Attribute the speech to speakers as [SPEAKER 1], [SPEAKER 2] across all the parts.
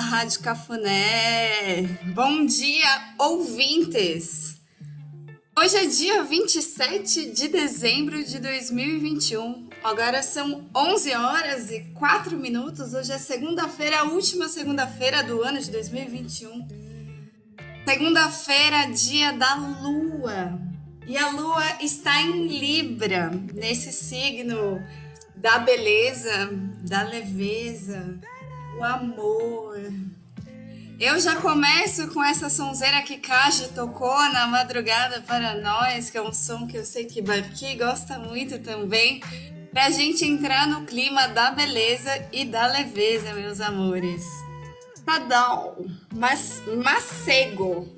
[SPEAKER 1] Rádio Cafuné. Bom dia, ouvintes! Hoje é dia 27 de dezembro de 2021. Agora são 11 horas e 4 minutos. Hoje é segunda-feira, a última segunda-feira do ano de 2021. Segunda-feira, dia da Lua. E a Lua está em Libra, nesse signo da beleza, da leveza, o amor. Eu já começo com essa sonzeira que Kaji tocou na madrugada para nós, que é um som que eu sei que Barqui gosta muito também, pra gente entrar no clima da beleza e da leveza, meus amores. Tadão, mas macego.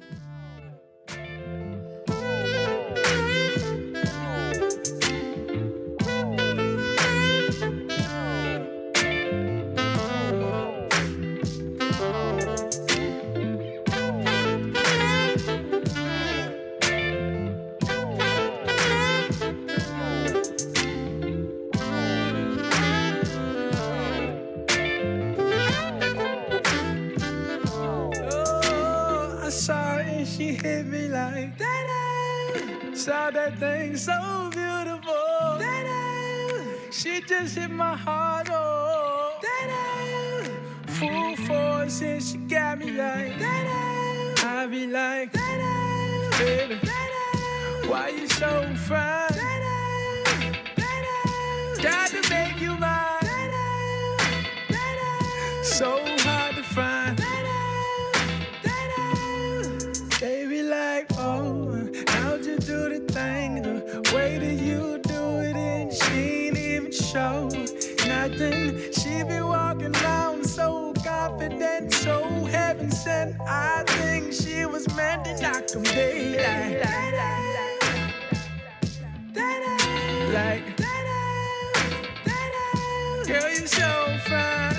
[SPEAKER 2] She hit me like that. Saw that thing so beautiful. That she just hit my heart. Oh, that full force and she got me like that. I be like, baby, why you so fine? Got to make you mine. So hard to find. Baby, like, oh, how'd you do the thing? The way that you do it, and she ain't even show nothing. She be walking around so confident, so heaven sent. I think she was meant to knock them daylight. Like, girl, you so fine.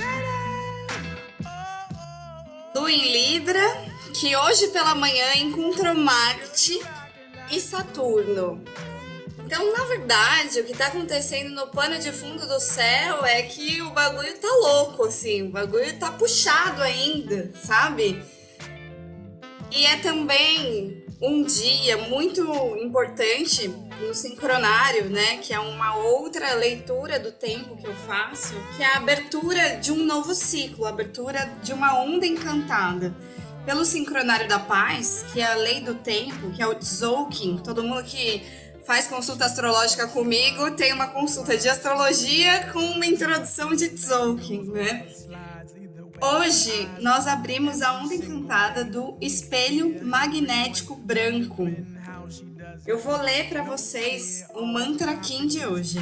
[SPEAKER 1] Lua em Libra, que hoje pela manhã encontrou Marte e Saturno. Então, na verdade, o que tá acontecendo no pano de fundo do céu é que o bagulho tá louco, assim, o bagulho tá puxado ainda, sabe? E é também um dia muito importante no sincronário, né, que é uma outra leitura do tempo que eu faço, que é a abertura de um novo ciclo, a abertura de uma onda encantada. Pelo sincronário da paz, que é a lei do tempo, que é o Tzolk'in. Todo mundo que faz consulta astrológica comigo tem uma consulta de astrologia com uma introdução de Tzolk'in, né? Hoje nós abrimos a onda encantada do espelho magnético branco. Eu vou ler para vocês o mantra Kim de hoje.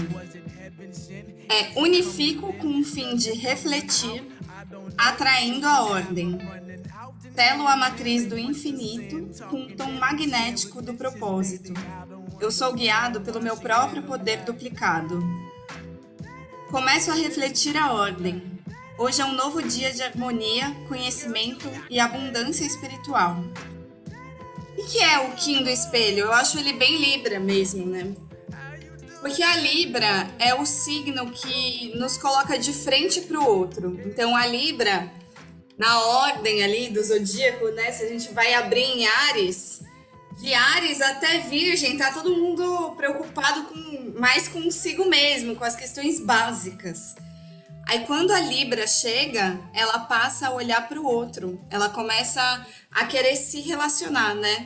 [SPEAKER 1] Unifico com o fim de refletir, atraindo a ordem. Selo a matriz do infinito com o tom magnético do propósito. Eu sou guiado pelo meu próprio poder duplicado. Começo a refletir a ordem. Hoje é um novo dia de harmonia, conhecimento e abundância espiritual. O que é o Kim do espelho? Eu acho ele bem Libra mesmo, né? Porque a Libra é o signo que nos coloca de frente para o outro. Então a Libra, na ordem ali do zodíaco, né? Se a gente vai abrir em Áries, de Áries até Virgem, tá todo mundo preocupado mais consigo mesmo, com as questões básicas. Aí quando a Libra chega, ela passa a olhar para o outro, ela começa a querer se relacionar, né?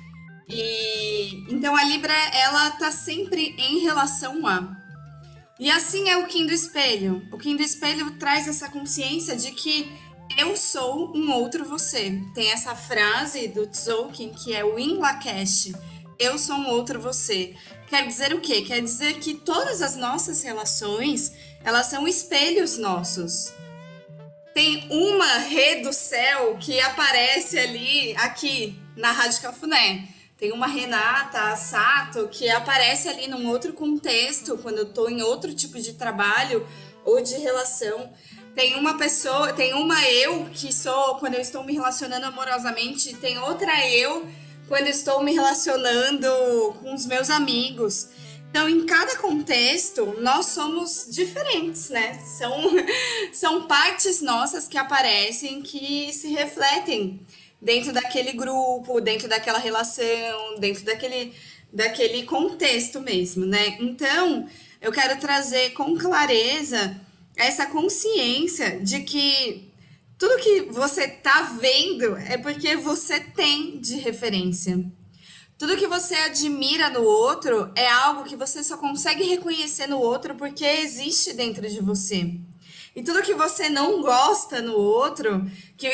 [SPEAKER 1] E então a Libra, ela tá sempre em relação a. E assim é o Kim do espelho. O Kim do espelho traz essa consciência de que eu sou um outro você. Tem essa frase do Tzolk'in que é o In Lakesh. Eu sou um outro você. Quer dizer o quê? Quer dizer que todas as nossas relações, elas são espelhos nossos. Tem uma rede do céu que aparece ali, aqui, na Rádio Cafuné. Tem uma Renata Sato que aparece ali num outro contexto, quando eu tô em outro tipo de trabalho ou de relação. Tem uma pessoa, tem uma eu que sou quando eu estou me relacionando amorosamente, tem outra eu quando eu estou me relacionando com os meus amigos. Então, em cada contexto, nós somos diferentes, né? São partes nossas que aparecem, que se refletem dentro daquele grupo, dentro daquela relação, dentro daquele contexto mesmo, né? Então, eu quero trazer com clareza essa consciência de que tudo que você tá vendo é porque você tem de referência. Tudo que você admira no outro é algo que você só consegue reconhecer no outro porque existe dentro de você. E tudo que você não gosta no outro,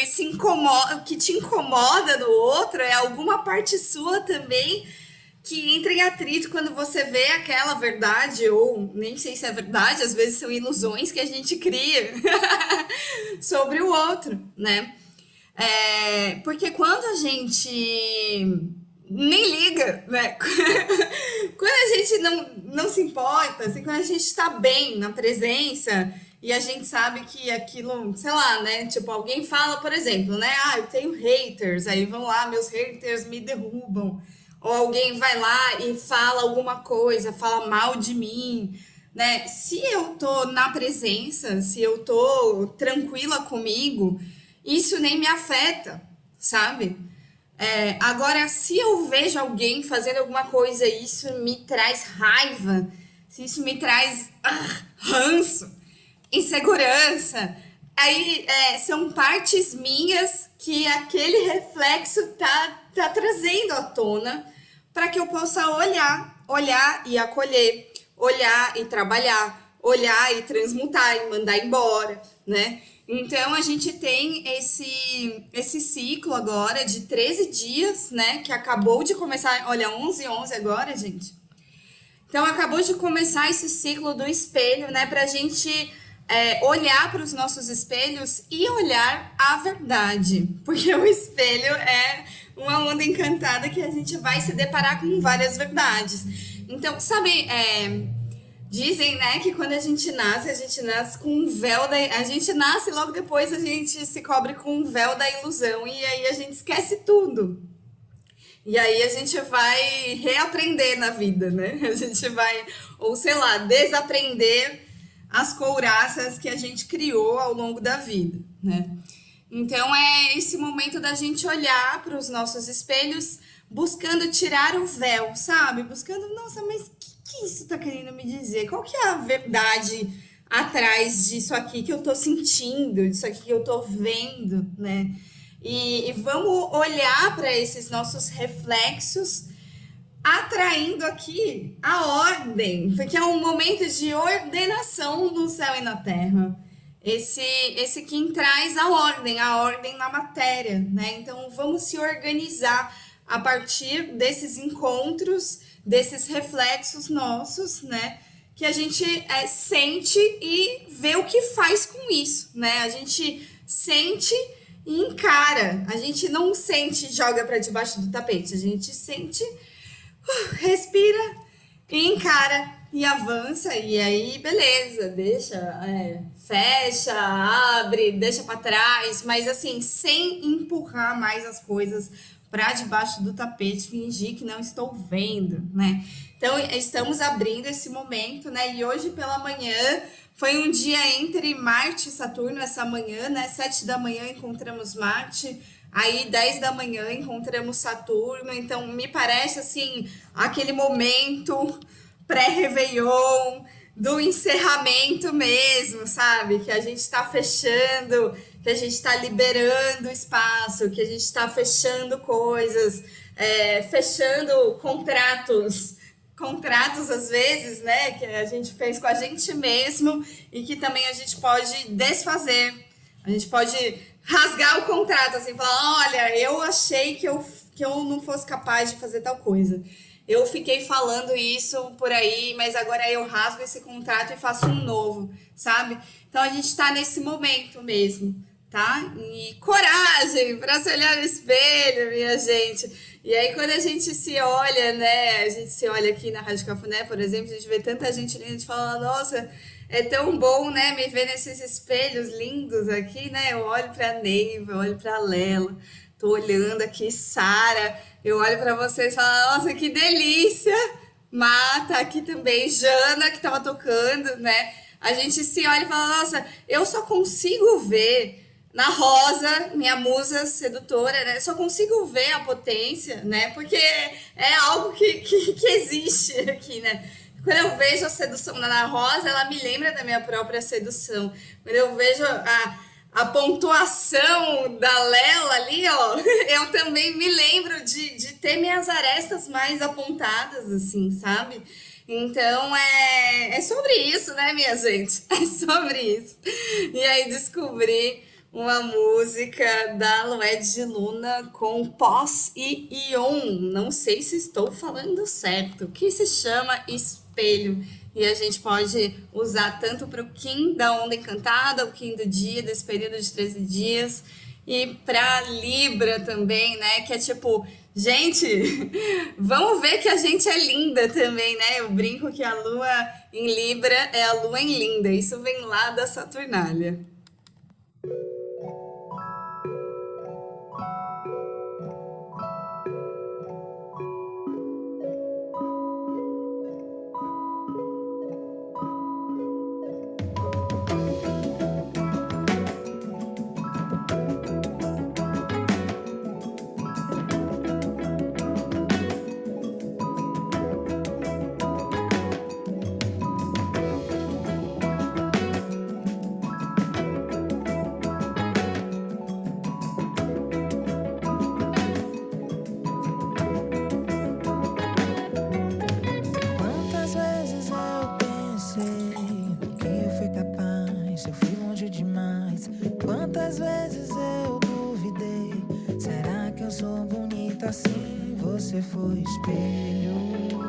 [SPEAKER 1] que te incomoda no outro, é alguma parte sua também que entra em atrito quando você vê aquela verdade, ou nem sei se é verdade, às vezes são ilusões que a gente cria sobre o outro, né? Porque quando a gente nem liga, né? Quando a gente não se importa, assim, quando a gente está bem na presença e a gente sabe que aquilo, sei lá, né? Tipo, alguém fala, por exemplo, né? Eu tenho haters, aí vão lá, meus haters me derrubam. Ou alguém vai lá e fala alguma coisa, fala mal de mim, né? Se eu tô na presença, se eu tô tranquila comigo, isso nem me afeta, sabe? Agora, se eu vejo alguém fazendo alguma coisa e isso me traz raiva, se isso me traz ranço, insegurança, aí são partes minhas que aquele reflexo tá trazendo à tona para que eu possa olhar e acolher, olhar e trabalhar, olhar e transmutar e mandar embora, né? Então, a gente tem esse ciclo agora de 13 dias, né? Que acabou de começar, olha, 11/11 agora, gente. Então, acabou de começar esse ciclo do espelho, né? Pra gente olhar para os nossos espelhos e olhar a verdade. Porque o espelho é uma onda encantada que a gente vai se deparar com várias verdades. Então, sabe... Dizem, né, que quando a gente nasce com um véu a gente nasce e logo depois a gente se cobre com um véu da ilusão e aí a gente esquece tudo. E aí a gente vai reaprender na vida, né? A gente vai, ou sei lá, desaprender as couraças que a gente criou ao longo da vida, né? Então é esse momento da gente olhar para os nossos espelhos buscando tirar o véu, sabe? Buscando, nossa, mas que isso tá querendo me dizer? Qual que é a verdade atrás disso aqui que eu tô sentindo, disso aqui que eu tô vendo, né? E vamos olhar para esses nossos reflexos, atraindo aqui a ordem, porque é um momento de ordenação no céu e na terra. Esse quem traz a ordem na matéria, né? Então vamos se organizar a partir desses encontros, desses reflexos nossos, né? Que a gente sente e vê o que faz com isso, né? A gente sente e encara. A gente não sente e joga para debaixo do tapete. A gente sente, respira e encara e avança. E aí, beleza, deixa, fecha, abre, deixa para trás. Mas assim, sem empurrar mais as coisas para debaixo do tapete, fingir que não estou vendo, né? Então, estamos abrindo esse momento, né? E hoje pela manhã foi um dia entre Marte e Saturno, essa manhã, né? 7 da manhã encontramos Marte, aí 10 da manhã encontramos Saturno. Então, me parece, assim, aquele momento pré-Réveillon, do encerramento mesmo, sabe? Que a gente está fechando, que a gente está liberando espaço, que a gente está fechando coisas, fechando contratos às vezes, né? Que a gente fez com a gente mesmo e que também a gente pode desfazer. A gente pode rasgar o contrato, assim, falar, olha, eu achei que eu não fosse capaz de fazer tal coisa. Eu fiquei falando isso por aí, mas agora eu rasgo esse contrato e faço um novo, sabe? Então a gente tá nesse momento mesmo, tá? E coragem para se olhar no espelho, minha gente. E aí quando a gente se olha, né? A gente se olha aqui na Rádio Cafuné, por exemplo, a gente vê tanta gente linda, a gente fala, nossa, é tão bom, né? Me ver nesses espelhos lindos aqui, né? Eu olho pra Neiva, eu olho pra Lela, tô olhando aqui, Sara, eu olho para vocês e falo, nossa, que delícia Má tá aqui também, Jana, que tava tocando, né? A gente se olha e fala, nossa, eu só consigo ver na Rosa, minha musa sedutora, né? Só consigo ver a potência, né? Porque é algo que existe aqui, né? Quando eu vejo a sedução da Ana Rosa, ela me lembra da minha própria sedução. Quando eu vejo a pontuação da Lela ali, ó, eu também me lembro de ter minhas arestas mais apontadas, assim, sabe? Então é sobre isso, né, minha gente? É sobre isso. E aí descobri uma música da Lued de Luna com Pós e Ion. Não sei se estou falando certo, que se chama Espelho. E a gente pode usar tanto para o Kim da Onda Encantada, o Kim do dia, desse período de 13 dias, e para Libra também, né? Que é tipo, gente, vamos ver que a gente é linda também, né? Eu brinco que a lua em Libra é a lua em Linda. Isso vem lá da Saturnália.
[SPEAKER 2] Quantas vezes eu pensei no que eu fui capaz, eu fui longe demais. Quantas vezes eu duvidei, será que eu sou bonita assim? Você foi espelho,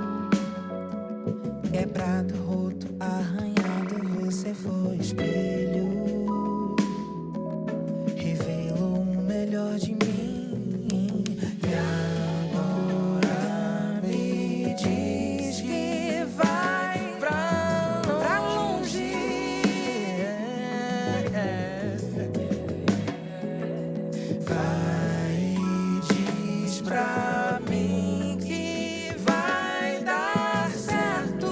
[SPEAKER 2] quebrado, roto, arranhado. Você foi espelho, revelou o melhor de mim. E agora me diz que vai pra longe. Vai e diz pra mim que vai dar certo.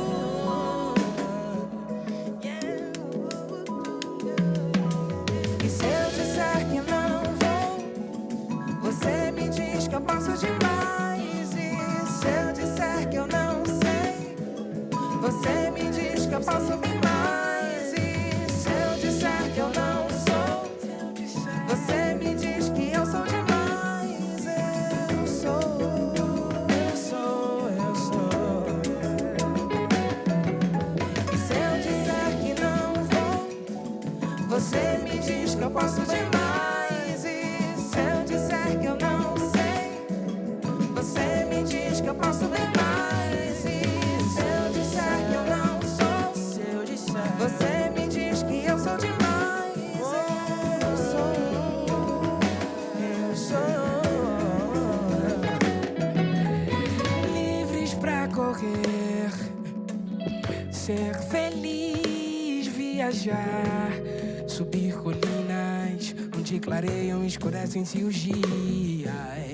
[SPEAKER 2] E se eu disser que não vou, você me diz que eu posso demais. E se eu disser que eu não sei, você me diz que eu posso bem mais. E se eu disser que eu não sou, você me diz que eu sou demais. Eu sou, eu sou, eu sou. E se eu disser que não vou, você me diz que eu posso demais. E se eu disser que eu não sei, você me diz que eu posso bem mais. E se eu disser que eu não sou, você me diz que eu sou demais. Eu sou, eu sou. Livres pra correr, ser feliz, viajar, subir colinas onde clareiam e escurecem-se os dias.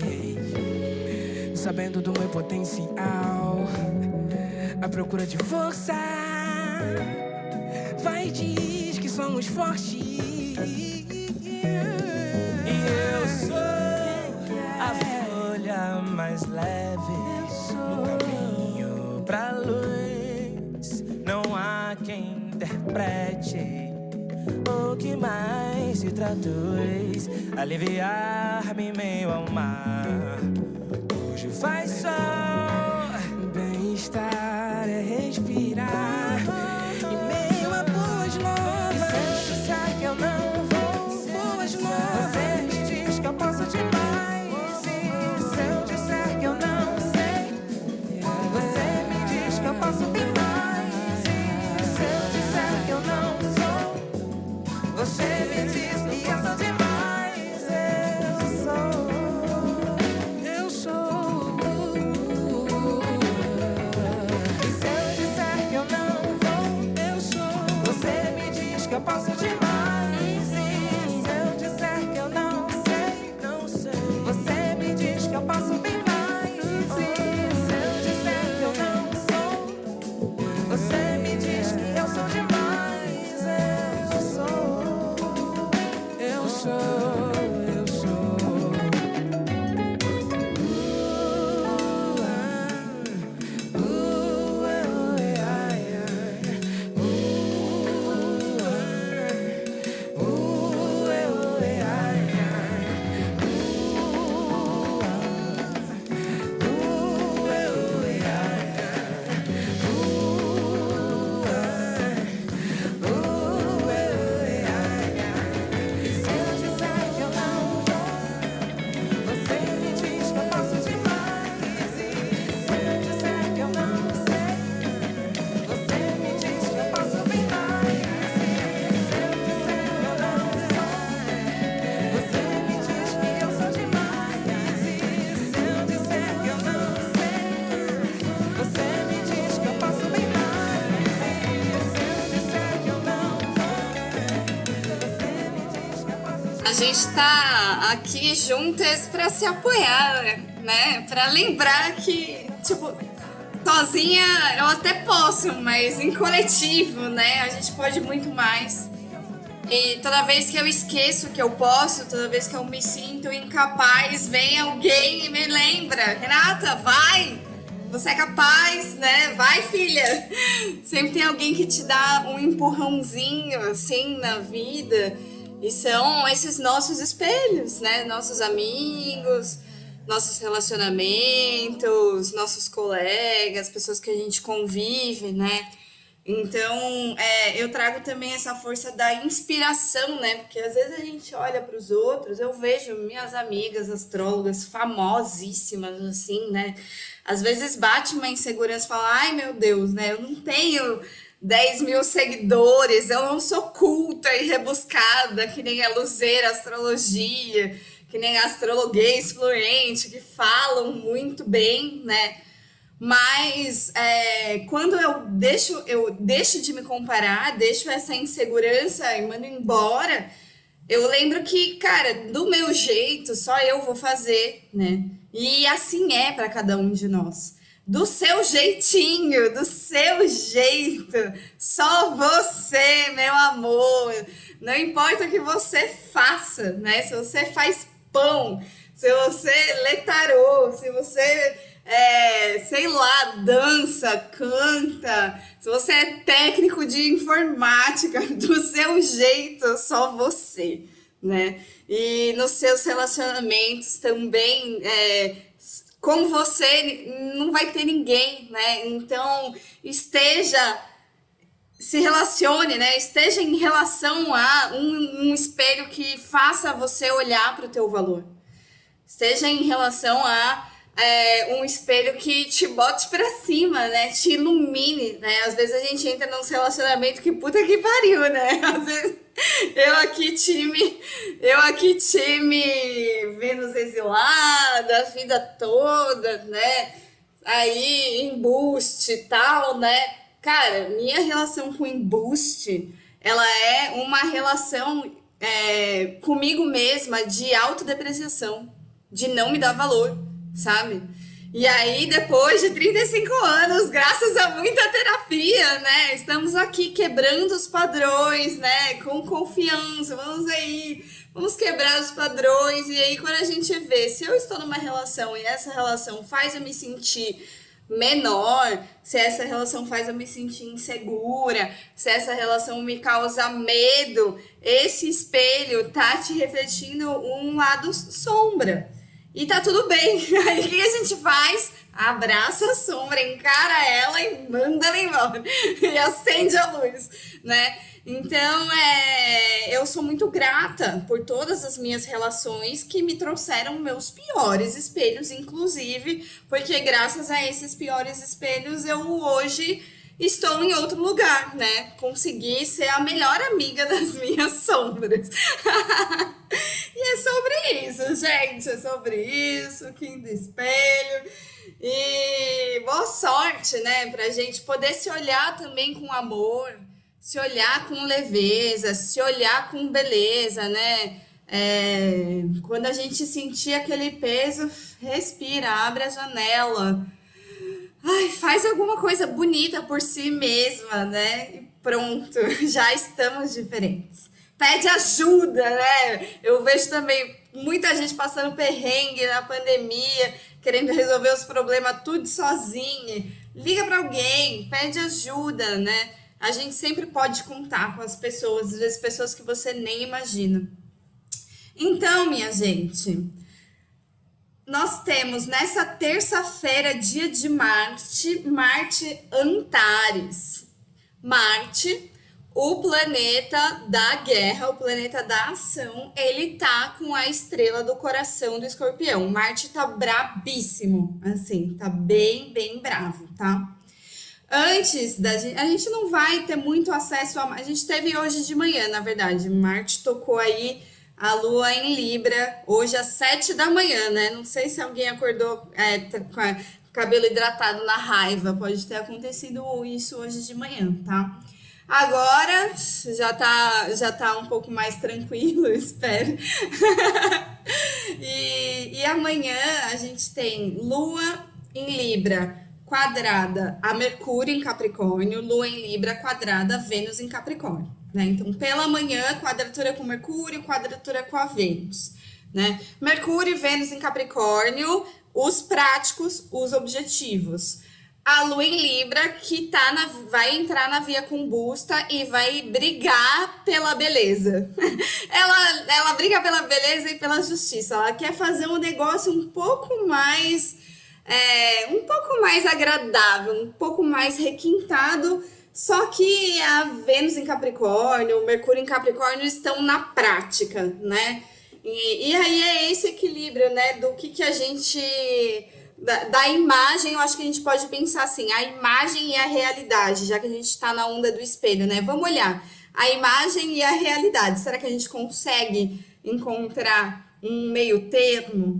[SPEAKER 2] Sabendo do meu potencial, à procura de força, vai e diz que somos fortes. E eu sou a folha mais leve no caminho pra luz. Não há quem interprete o que mais se traduz. Aliviar-me em meio ao mar. Hoje faz sol, bem-estar é respirar em meio a boas novas. E se eu disser que eu não vou, boas novas, você me diz que eu posso demais. E se eu disser que eu não sei, você me diz que eu posso bem mais. E se eu disser que eu não sou, você me diz que eu sou demais. Eu sou. E se eu disser que eu não vou, eu sou. Você me diz que eu posso demais. E se eu disser que eu não sei, você me diz que eu posso bem mais. E se eu disser que eu não sou, Você me diz que eu sou demais. Eu sou.
[SPEAKER 1] A gente tá aqui juntas pra se apoiar, né? Pra lembrar que, tipo, sozinha eu até posso, mas em coletivo, né? A gente pode muito mais. E toda vez que eu esqueço que eu posso, toda vez que eu me sinto incapaz, vem alguém e me lembra: Renata, vai! Você é capaz, né? Vai, filha! Sempre tem alguém que te dá um empurrãozinho, assim, na vida. E são esses nossos espelhos, né? Nossos amigos, nossos relacionamentos, nossos colegas, pessoas que a gente convive, né? Então, eu trago também essa força da inspiração, né? Porque às vezes a gente olha para os outros, eu vejo minhas amigas astrólogas famosíssimas, assim, né? Às vezes bate uma insegurança e fala: ai meu Deus, né? Eu não tenho 10 mil seguidores, eu não sou culta e rebuscada, que nem a Luzeira Astrologia, que nem a Astrologuês Fluente, que falam muito bem, né? Mas quando eu deixo de me comparar, deixo essa insegurança e mando embora, eu lembro que, cara, do meu jeito, só eu vou fazer, né? E assim é para cada um de nós. Do seu jeitinho, do seu jeito, só você, meu amor. Não importa o que você faça, né? Se você faz pão, se você lê tarô, se você sei lá, dança, canta, se você é técnico de informática, do seu jeito, só você, né? E nos seus relacionamentos também, com você não vai ter ninguém, né? Então, se relacione, né? Esteja em relação a um espelho que faça você olhar para o teu valor. Esteja em relação a um espelho que te bote pra cima, né? Te ilumine, né? Às vezes a gente entra num relacionamento que puta que pariu, né? Às vezes eu aqui time Vênus exilada, a vida toda, né? Aí embuste e tal, né? Cara, minha relação com embuste, ela é uma relação comigo mesma de autodepreciação, de não me dar valor, sabe? E aí, depois de 35 anos, graças a muita terapia, né? Estamos aqui quebrando os padrões, né? Com confiança, vamos quebrar os padrões. E aí, quando a gente vê, se eu estou numa relação e essa relação faz eu me sentir menor, se essa relação faz eu me sentir insegura, se essa relação me causa medo, esse espelho tá te refletindo um lado sombra. E tá tudo bem. Aí o que a gente faz? Abraça a sombra, encara ela e manda ela embora. E acende a luz, né? Então, eu sou muito grata por todas as minhas relações que me trouxeram meus piores espelhos, inclusive, porque graças a esses piores espelhos eu hoje estou em outro lugar, né? Consegui ser a melhor amiga das minhas sombras. E é sobre isso, gente. É sobre isso, quinto espelho. E boa sorte, né? Pra gente poder se olhar também com amor, se olhar com leveza, se olhar com beleza, né? Quando a gente sentir aquele peso, respira, abre a janela. Ai, faz alguma coisa bonita por si mesma, né? E pronto, já estamos diferentes. Pede ajuda, né? Eu vejo também muita gente passando perrengue na pandemia, querendo resolver os problemas tudo sozinha. Liga para alguém, pede ajuda, né? A gente sempre pode contar com as pessoas, às vezes pessoas que você nem imagina. Então, minha gente, nós temos nessa terça-feira, dia de Marte Antares. Marte, o planeta da guerra, o planeta da ação, ele tá com a estrela do coração do Escorpião. Marte tá brabíssimo, assim, tá bem, bem bravo, tá? Antes da gente, a gente não vai ter muito acesso a gente teve hoje de manhã, na verdade. Marte tocou aí a Lua em Libra hoje às 7 da manhã, né? Não sei se alguém acordou com o cabelo hidratado na raiva, pode ter acontecido isso hoje de manhã, tá? Agora já tá um pouco mais tranquilo, eu espero. E amanhã a gente tem Lua em Libra quadrada a Mercúrio em Capricórnio, Lua em Libra quadrada a Vênus em Capricórnio, né? Então, pela manhã, quadratura com Mercúrio, quadratura com a Vênus, né? Mercúrio e Vênus em Capricórnio, os práticos, os objetivos. A Lua em Libra, que vai entrar na via combusta e vai brigar pela beleza. Ela briga pela beleza e pela justiça. Ela quer fazer um negócio um pouco mais agradável, um pouco mais requintado, só que a Vênus em Capricórnio, o Mercúrio em Capricórnio estão na prática, né? E aí é esse equilíbrio, né, do que a gente... Da imagem, eu acho que a gente pode pensar assim, a imagem e a realidade, já que a gente está na onda do espelho, né? Vamos olhar a imagem e a realidade. Será que a gente consegue encontrar um meio termo?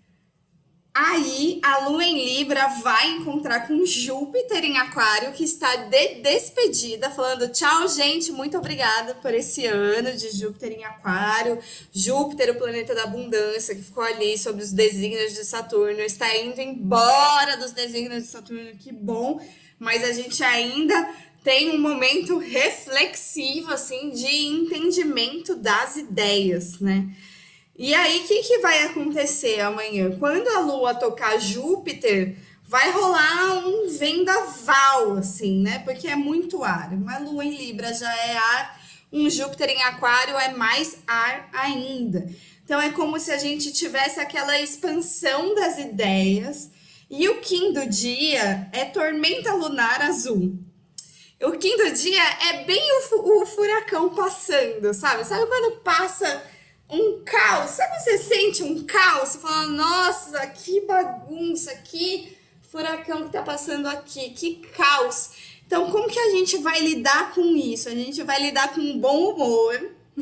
[SPEAKER 1] Aí, a Lua em Libra vai encontrar com Júpiter em Aquário, que está de despedida, falando tchau, gente, muito obrigada por esse ano de Júpiter em Aquário. Júpiter, o planeta da abundância, que ficou ali sobre os desígnios de Saturno, está indo embora dos desígnios de Saturno, que bom, mas a gente ainda tem um momento reflexivo, assim, de entendimento das ideias, né? E aí, o que vai acontecer amanhã? Quando a Lua tocar Júpiter, vai rolar um vendaval, assim, né? Porque é muito ar. Uma Lua em Libra já é ar, um Júpiter em Aquário é mais ar ainda. Então, é como se a gente tivesse aquela expansão das ideias. E o Kim do dia é tormenta lunar azul. O Kim do dia é bem o furacão passando, sabe? Sabe quando passa... um caos, sabe quando você sente um caos? Você fala, nossa, que bagunça, que furacão que tá passando aqui, que caos. Então, como que a gente vai lidar com isso? A gente vai lidar com bom humor.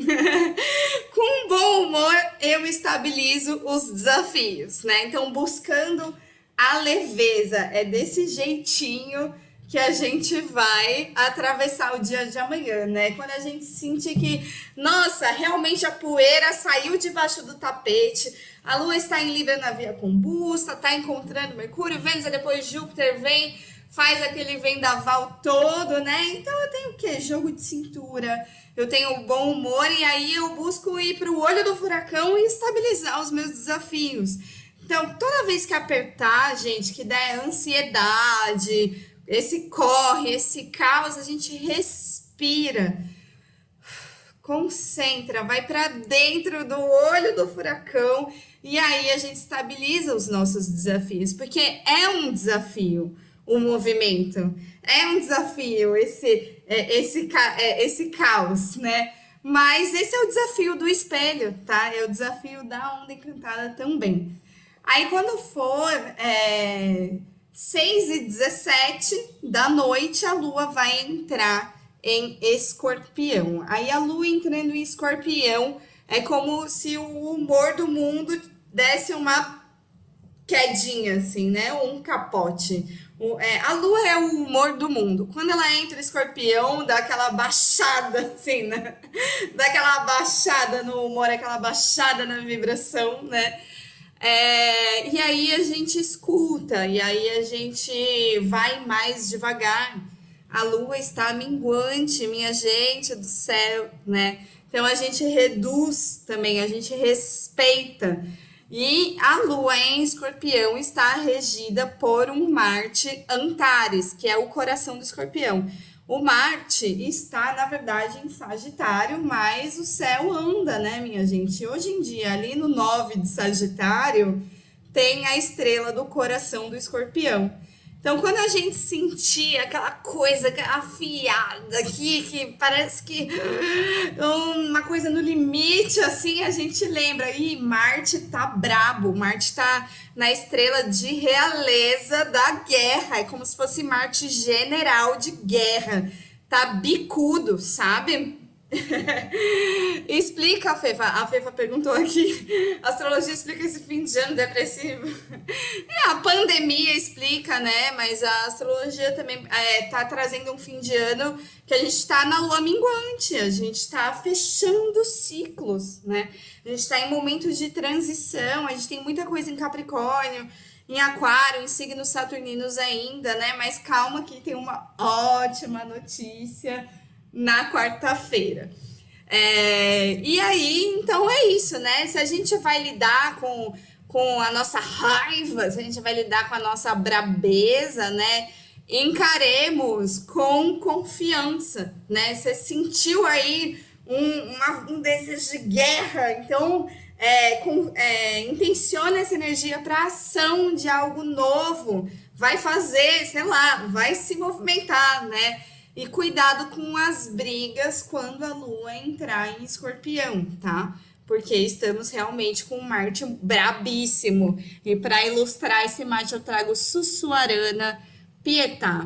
[SPEAKER 1] Com bom humor, eu estabilizo os desafios, né? Então, buscando a leveza, é desse jeitinho que a gente vai atravessar o dia de amanhã, né? Quando a gente sentir que, nossa, realmente a poeira saiu debaixo do tapete, a Lua está em Libra na via combusta, está encontrando Mercúrio, Vênus, e depois Júpiter vem, faz aquele vendaval todo, né? Então eu tenho o quê? Jogo de cintura, eu tenho bom humor e aí eu busco ir para o olho do furacão e estabilizar os meus desafios. Então, toda vez que apertar, gente, que der ansiedade... esse corre, esse caos, a gente respira, concentra, vai para dentro do olho do furacão e aí a gente estabiliza os nossos desafios, porque é um desafio o movimento, é um desafio esse caos, né? Mas esse é o desafio do espelho, tá? É o desafio da onda encantada também. Aí quando for... 6h17 da noite, a Lua vai entrar em Escorpião. Aí a Lua entrando em Escorpião é como se o humor do mundo desse uma quedinha, assim, né? Um capote. A Lua é o humor do mundo. Quando ela entra em Escorpião, dá aquela baixada, assim, né? Dá aquela baixada no humor, aquela baixada na vibração, né? E aí a gente escuta, e aí a gente vai mais devagar. A lua está minguante, minha gente do céu, né? Então a gente reduz também, a gente respeita. E a lua em Escorpião está regida por um Marte Antares, que é o coração do Escorpião. O Marte está, na verdade, em Sagitário, mas o céu anda, né, minha gente? Hoje em dia, ali no 9 de Sagitário, tem a estrela do coração do Escorpião. Então, quando a gente sentir aquela coisa afiada aqui, que parece que uma coisa no limite, assim, a gente lembra, Marte tá brabo, Marte tá na estrela de realeza da guerra, é como se fosse Marte general de guerra, tá bicudo, sabe? Explica, a Fefa perguntou aqui. A astrologia explica esse fim de ano depressivo. A pandemia explica, né? Mas a astrologia também tá trazendo um fim de ano que a gente tá na lua minguante, a gente tá fechando ciclos, né? A gente tá em momentos de transição, a gente tem muita coisa em Capricórnio, em Aquário, em signos saturninos ainda, né? Mas calma que tem uma ótima notícia na quarta-feira. E aí, então é isso, né? Se a gente vai lidar com a nossa raiva, se a gente vai lidar com a nossa brabeza, né? Encaremos com confiança, né? Você sentiu aí um desejo de guerra, então intenciona essa energia para ação de algo novo, vai fazer, sei lá, vai se movimentar, né? E cuidado com as brigas quando a lua entrar em Escorpião, tá? Porque estamos realmente com um Marte brabíssimo. E para ilustrar esse Marte, eu trago Sussuarana Pietà.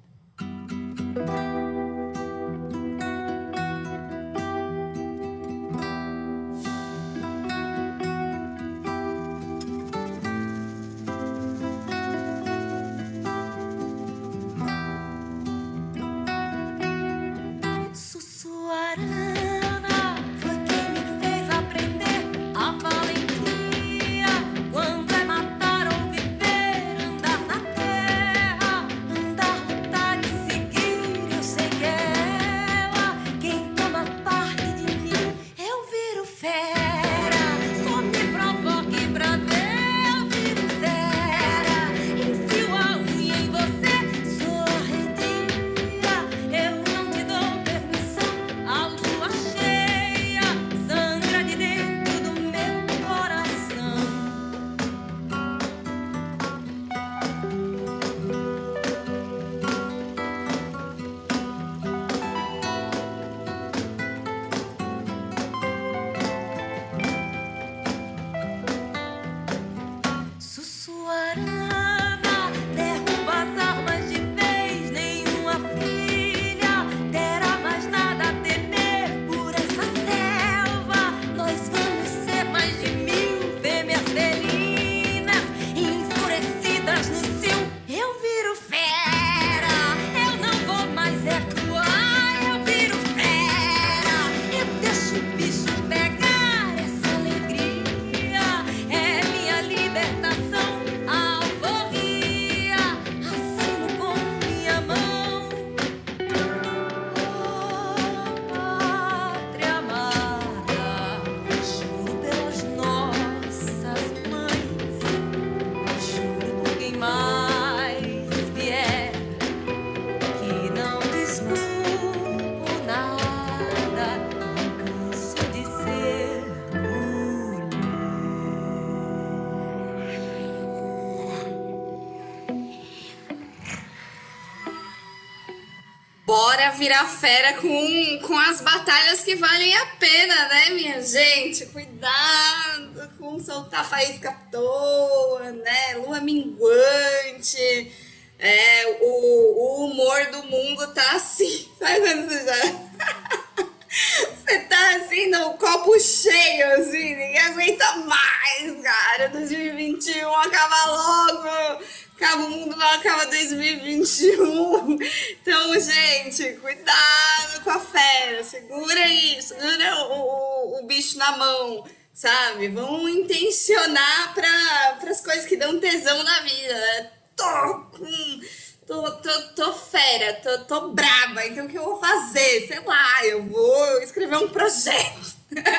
[SPEAKER 1] Bora virar fera com as batalhas que valem a pena, né, minha gente? Cuidado com soltar faísca à toa, né? Lua minguante. O humor do mundo tá assim. Sabe quando você já... Você tá assim, no copo cheio, assim, ninguém aguenta mais, cara. 2021 acaba logo. Acaba o mundo, não acaba 2021. Então, gente, cuidado com a fera. Segura aí, segura o bicho na mão. sabe? Vamos intencionar para as coisas que dão tesão na vida, né? Tô fera, tô braba, então o que eu vou fazer? Sei lá, eu vou escrever um projeto.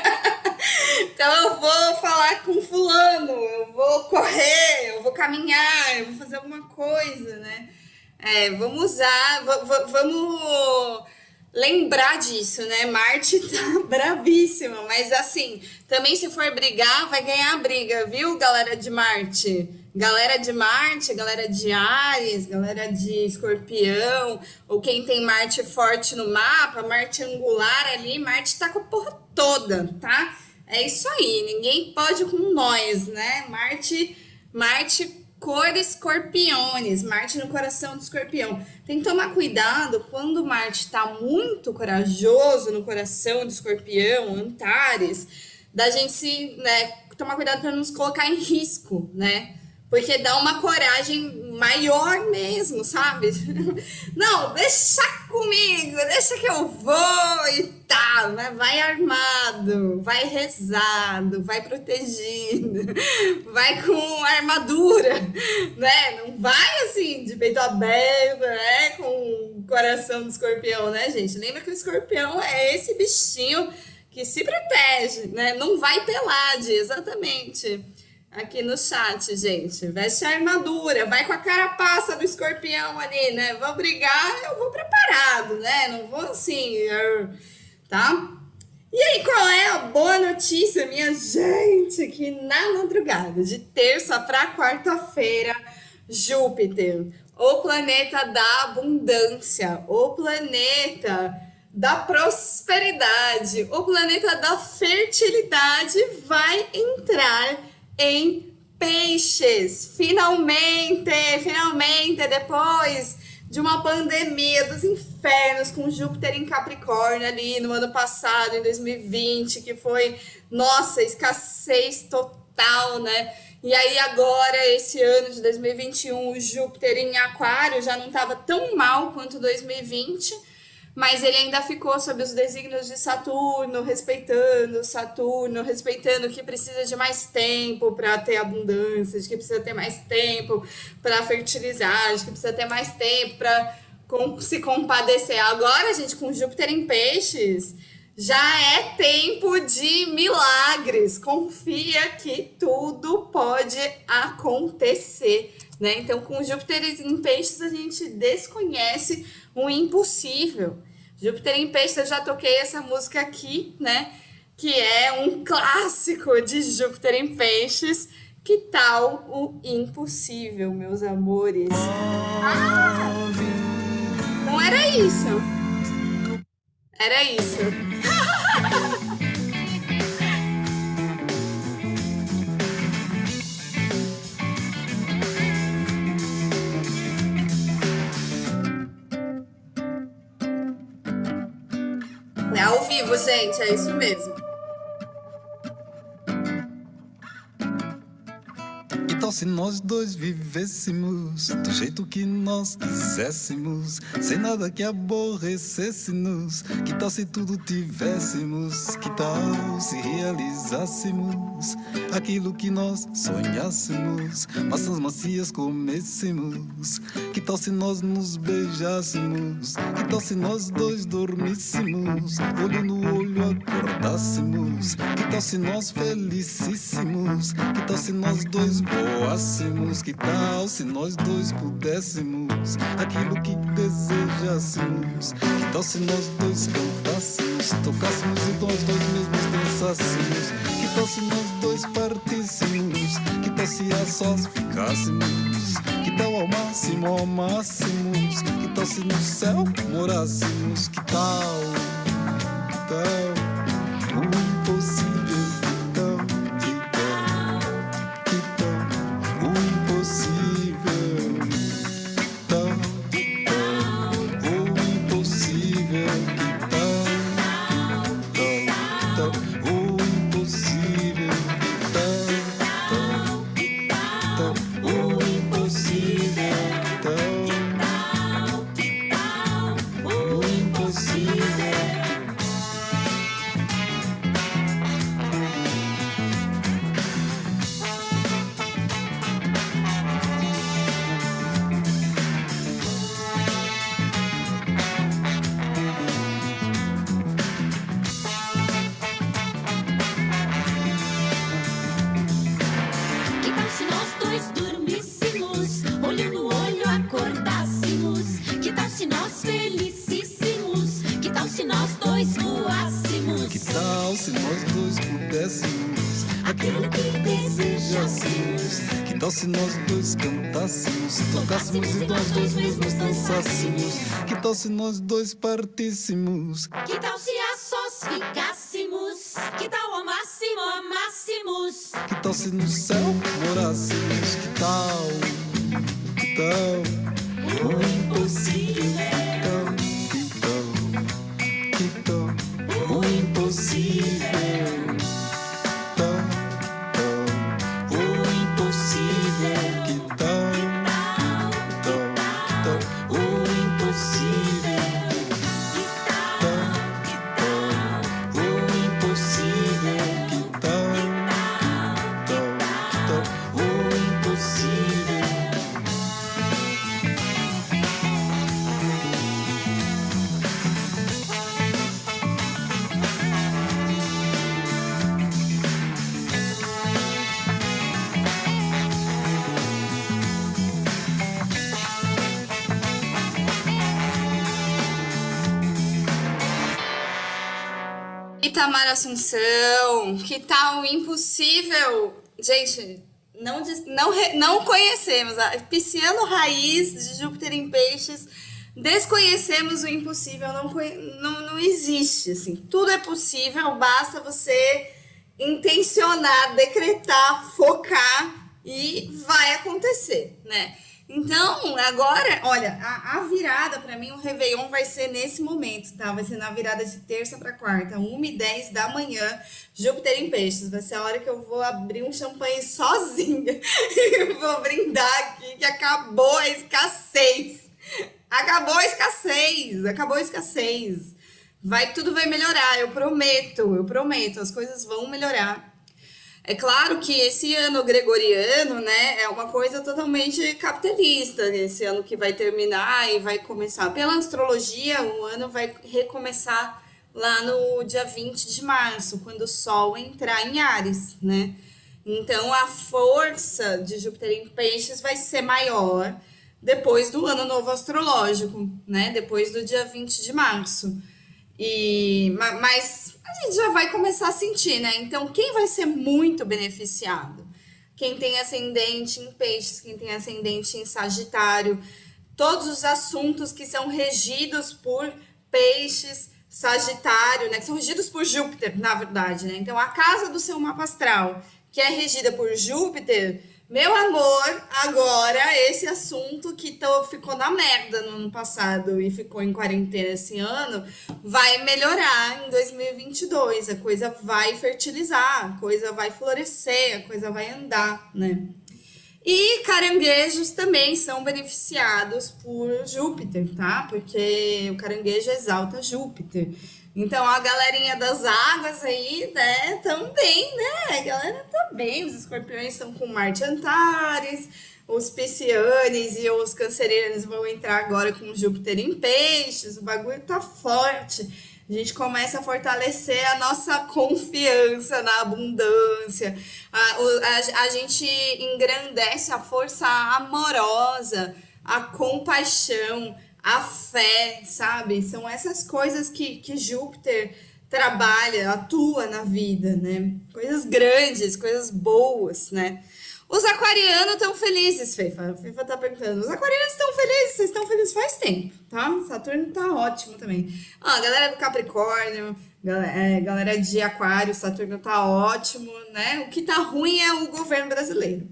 [SPEAKER 1] Então eu vou falar com fulano, eu vou correr, eu vou caminhar, eu vou fazer alguma coisa, né? Vamos usar, vamos lembrar disso, né? Marte tá bravíssima, mas assim, também se for brigar, vai ganhar a briga, viu, galera de Marte? Galera de Marte, galera de Áries, galera de Escorpião, ou quem tem Marte forte no mapa, Marte angular ali, Marte tá com a porra toda, tá? É isso aí, ninguém pode com nós, né? Marte cor escorpiones, Marte no coração do escorpião. Tem que tomar cuidado quando Marte tá muito corajoso no coração do escorpião, Antares, da gente, né, tomar cuidado para não nos colocar em risco, né? Porque dá uma coragem maior mesmo, sabe? Não, deixa comigo, deixa que eu vou e tal, né? Vai armado, vai rezado, vai protegido, vai com armadura, né? Não vai assim, de peito aberto, né? Com o coração do escorpião, né, gente? Lembra que o escorpião é esse bichinho que se protege, né? Não vai pelade, exatamente. Aqui no chat, gente, veste a armadura, vai com a carapaça do escorpião ali, né? Vou brigar, eu vou preparado, né? Não vou assim, tá? E aí, qual é a boa notícia, minha gente? Que na madrugada de terça para quarta-feira, Júpiter, o planeta da abundância, o planeta da prosperidade, o planeta da fertilidade vai entrar em Peixes, finalmente, depois de uma pandemia dos infernos com Júpiter em Capricórnio ali no ano passado, em 2020, que foi, nossa, escassez total, né? E aí agora, esse ano de 2021, o Júpiter em Aquário já não estava tão mal quanto 2020, mas ele ainda ficou sob os desígnios de Saturno, respeitando que precisa de mais tempo para ter abundância, de que precisa ter mais tempo para fertilizar, de que precisa ter mais tempo para se compadecer. Agora, gente, com Júpiter em Peixes, já é tempo de milagres. Confia que tudo pode acontecer, né? Então, com Júpiter em Peixes, a gente desconhece o impossível. Júpiter em Peixes, eu já toquei essa música aqui, né? Que é um clássico de Júpiter em Peixes. Que tal o impossível, meus amores? Não era isso. Era isso. É ao vivo, gente, é isso mesmo.
[SPEAKER 2] Que tal se nós dois vivêssemos do jeito que nós quiséssemos, sem nada que aborrecesse-nos? Que tal se tudo tivéssemos? Que tal se realizássemos aquilo que nós sonhássemos? Maçãs macias comêssemos. Que tal se nós nos beijássemos? Que tal se nós dois dormíssemos, olho no olho acordássemos? Que tal se nós felicíssimos? Que tal se nós dois voássemos? Que tal se nós dois pudéssemos aquilo que desejássemos? Que tal se nós dois cantássemos, tocássemos e nós dois mesmos dançássemos? Que tal se nós dois partíssemos? Que tal se a sós ficássemos? Que tal ao máximo amássemos? Que tal se no céu morássemos? Que tal o impossível?
[SPEAKER 3] Impossível.
[SPEAKER 2] se nós dois voássemos? Que tal se nós dois pudéssemos aquilo que desejássemos? Que tal se nós dois cantássemos, tocássemos e nós dois mesmos dançássemos? Que tal se nós dois partíssemos? Que tal se a sós ficássemos? Que tal ao máximo amássemos? Que tal se no céu morássemos? Que tal? Que tal? O impossível. Que tal? O impossível. O impossível. Que tal? O impossível. O impossível. Que tal? O impossível.
[SPEAKER 1] Itamar Assunção, que tal o impossível? Gente, não conhecemos a Pisciano Raiz de Júpiter em Peixes, desconhecemos o impossível, não existe, assim, tudo é possível, basta você intencionar, decretar, focar e vai acontecer, né? Então, agora, olha, a virada para mim, o Réveillon vai ser nesse momento, tá? Vai ser na virada de terça para quarta, 1h10 da manhã, Júpiter em Peixes. Vai ser a hora que eu vou abrir um champanhe sozinha e vou brindar aqui que acabou a escassez. Acabou a escassez, acabou a escassez. Tudo vai melhorar, eu prometo, as coisas vão melhorar. É claro que esse ano gregoriano, né, é uma coisa totalmente capitalista, esse ano que vai terminar e vai começar. Pela astrologia, o ano vai recomeçar lá no dia 20 de março, quando o Sol entrar em Áries, né? Então, a força de Júpiter em Peixes vai ser maior depois do ano novo astrológico, né? Depois do dia 20 de março. Mas a gente já vai começar a sentir, né? Então, quem vai ser muito beneficiado? Quem tem ascendente em Peixes, quem tem ascendente em Sagitário, todos os assuntos que são regidos por Peixes, Sagitário, né? Que são regidos por Júpiter, na verdade, né? Então, a casa do seu mapa astral, que é regida por Júpiter, meu amor, agora esse assunto que ficou na merda no ano passado e ficou em quarentena esse ano, vai melhorar em 2022. A coisa vai fertilizar, a coisa vai florescer, a coisa vai andar, né? E caranguejos também são beneficiados por Júpiter, tá? Porque o caranguejo exalta Júpiter. Então, a galerinha das águas aí, né, também, né, a galera também, os escorpiões estão com Marte Antares, os piscianes e os cancerianos vão entrar agora com Júpiter em Peixes, o bagulho tá forte, a gente começa a fortalecer a nossa confiança na abundância, a gente engrandece a força amorosa, a compaixão, a fé, sabe? São essas coisas que Júpiter trabalha, atua na vida, né? Coisas grandes, coisas boas, né? Os aquarianos estão felizes, Fefa. A Fefa tá perguntando. Os aquarianos estão felizes? Vocês estão felizes faz tempo, tá? Saturno tá ótimo também. A galera do Capricórnio, galera de Aquário, Saturno tá ótimo, né? O que tá ruim é o governo brasileiro.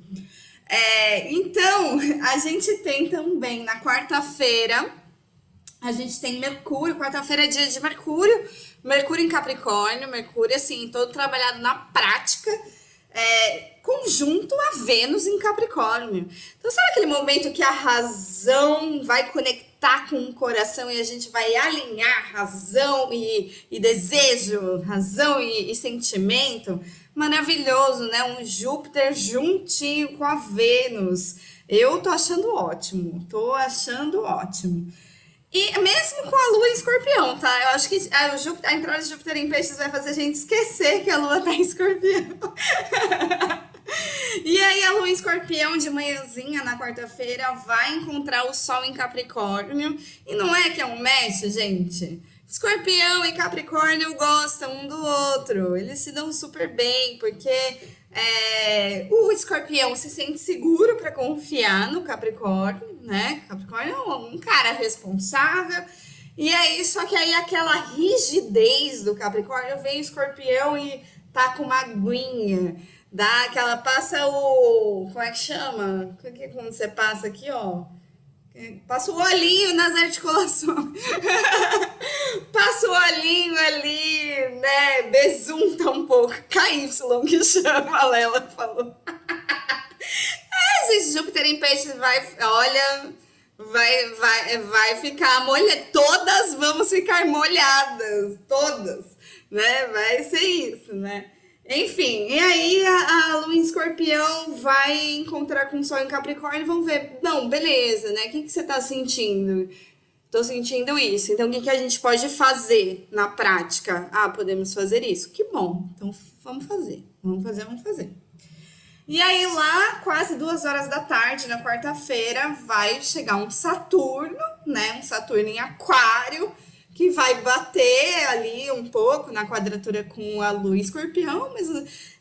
[SPEAKER 1] Então, a gente tem também na quarta-feira, a gente tem Mercúrio, quarta-feira é dia de Mercúrio em Capricórnio, Mercúrio assim, todo trabalhado na prática, conjunto a Vênus em Capricórnio. Então, sabe aquele momento que a razão vai conectar com o coração e a gente vai alinhar razão e desejo, razão e sentimento? Maravilhoso, né? Um Júpiter juntinho com a Vênus. Eu tô achando ótimo, E mesmo com a Lua em Escorpião, tá? Eu acho que a entrada de Júpiter em Peixes vai fazer a gente esquecer que a Lua tá em Escorpião. E aí a Lua em Escorpião de manhãzinha na quarta-feira vai encontrar o Sol em Capricórnio. E não é que é um match, gente? Escorpião e Capricórnio gostam um do outro, eles se dão super bem, porque o Escorpião se sente seguro para confiar no Capricórnio, né? Capricórnio é um cara responsável, e aí, só que aí aquela rigidez do Capricórnio vem o Escorpião e tá com uma aguinha, dá aquela, passa como é que chama? Quando você passa aqui, ó. Passa o olhinho nas articulações. Passa o olhinho ali, né? Besunta um pouco. KY que chama, a Lela falou. Gente, Júpiter em peixes vai ficar molhada. Todas vamos ficar molhadas. Todas, né? Vai ser isso, né? Enfim, e aí a Lua em Escorpião vai encontrar com o Sol em Capricórnio e vão ver, não, beleza, né? O que você tá sentindo? Tô sentindo isso. Então, o que a gente pode fazer na prática? Ah, podemos fazer isso. Que bom. Então, vamos fazer. Vamos fazer. E aí, lá, quase 2 horas da tarde, na quarta-feira, vai chegar um Saturno, né? Um Saturno em Aquário, que vai bater ali um pouco na quadratura com a Lua em Escorpião, mas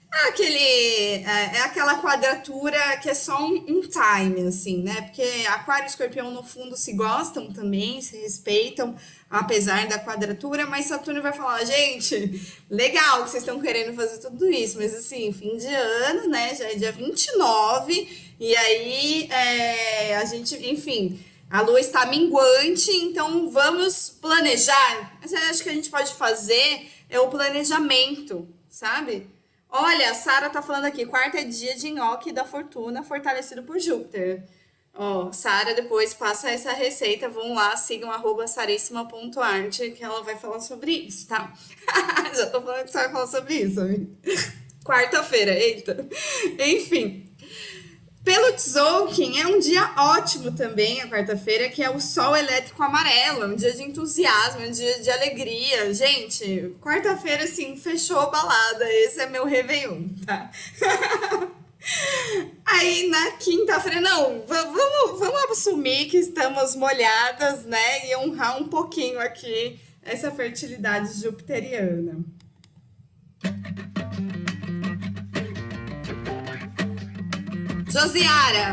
[SPEAKER 1] é aquela quadratura que é só um time, assim, né? Porque Aquário e Escorpião, no fundo, se gostam também, se respeitam, apesar da quadratura, mas Saturno vai falar, gente, legal que vocês estão querendo fazer tudo isso, mas assim, fim de ano, né? Já é dia 29, e aí a gente, enfim... A Lua está minguante, então vamos planejar. Mas eu acho que a gente pode fazer o planejamento, sabe? Olha, a Sara tá falando aqui, quarta é dia de nhoque da fortuna fortalecido por Júpiter. Ó, Sara depois passa essa receita, vão lá, sigam @sarissima.art que ela vai falar sobre isso, tá? Já tô falando que você vai falar sobre isso, amiga. Quarta-feira, eita. Enfim. Pelo Tzolk'in, é um dia ótimo também, a quarta-feira, que é o Sol elétrico amarelo, é um dia de entusiasmo, é um dia de alegria. Gente, quarta-feira, assim, fechou a balada, esse é meu Réveillon, tá? Aí, na quinta-feira, não, vamos assumir que estamos molhadas, né, e honrar um pouquinho aqui essa fertilidade jupiteriana. Josiara.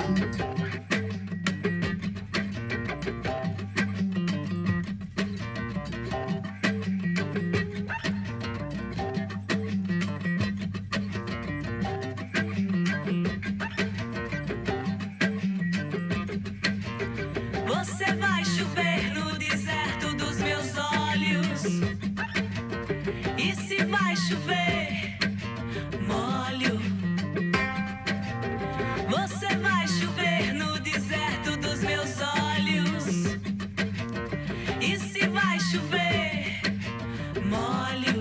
[SPEAKER 2] Você vai chover no deserto dos meus olhos. E se vai chover, molho. Você vai chover no deserto dos meus olhos. E se vai chover, molho.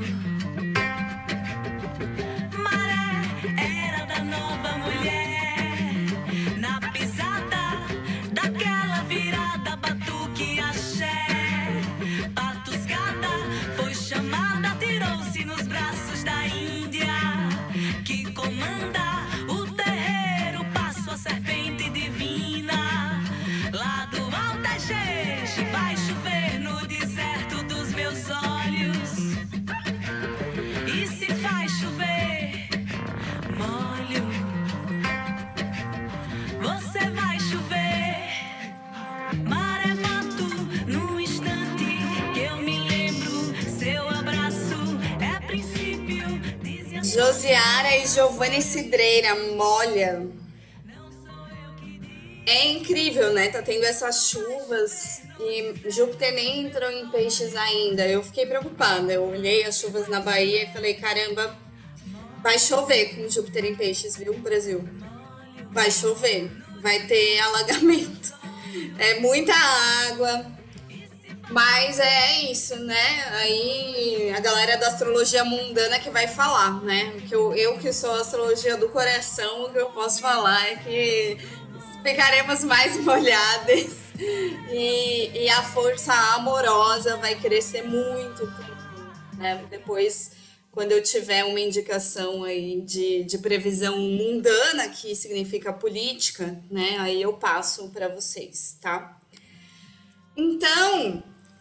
[SPEAKER 2] Maré era da nova mulher. Na pisada daquela virada, batuque axé. Patuscada foi chamada, tirou-se nos braços da Índia, que comanda o terreiro, passo a serpente divina. Lá do Altajeje vai chover no deserto dos meus olhos. E se vai chover, molho. Você vai chover, maremoto, no instante que eu me lembro, seu abraço é princípio, dizia.
[SPEAKER 1] Josiara e Giovanni Cidreira, molha. É incrível, né? Tá tendo essas chuvas e Júpiter nem entrou em peixes ainda. Eu fiquei preocupada. Eu olhei as chuvas na Bahia e falei, caramba, vai chover com Júpiter em peixes, viu, Brasil? Vai chover, vai ter alagamento. É muita água. Mas é isso, né? Aí a galera da astrologia mundana que vai falar, né? Que eu que sou a astrologia do coração, o que eu posso falar é que ficaremos mais molhadas e a força amorosa vai crescer muito, né? Depois, quando eu tiver uma indicação aí de previsão mundana, que significa política, né? Aí eu passo para vocês, tá? Então,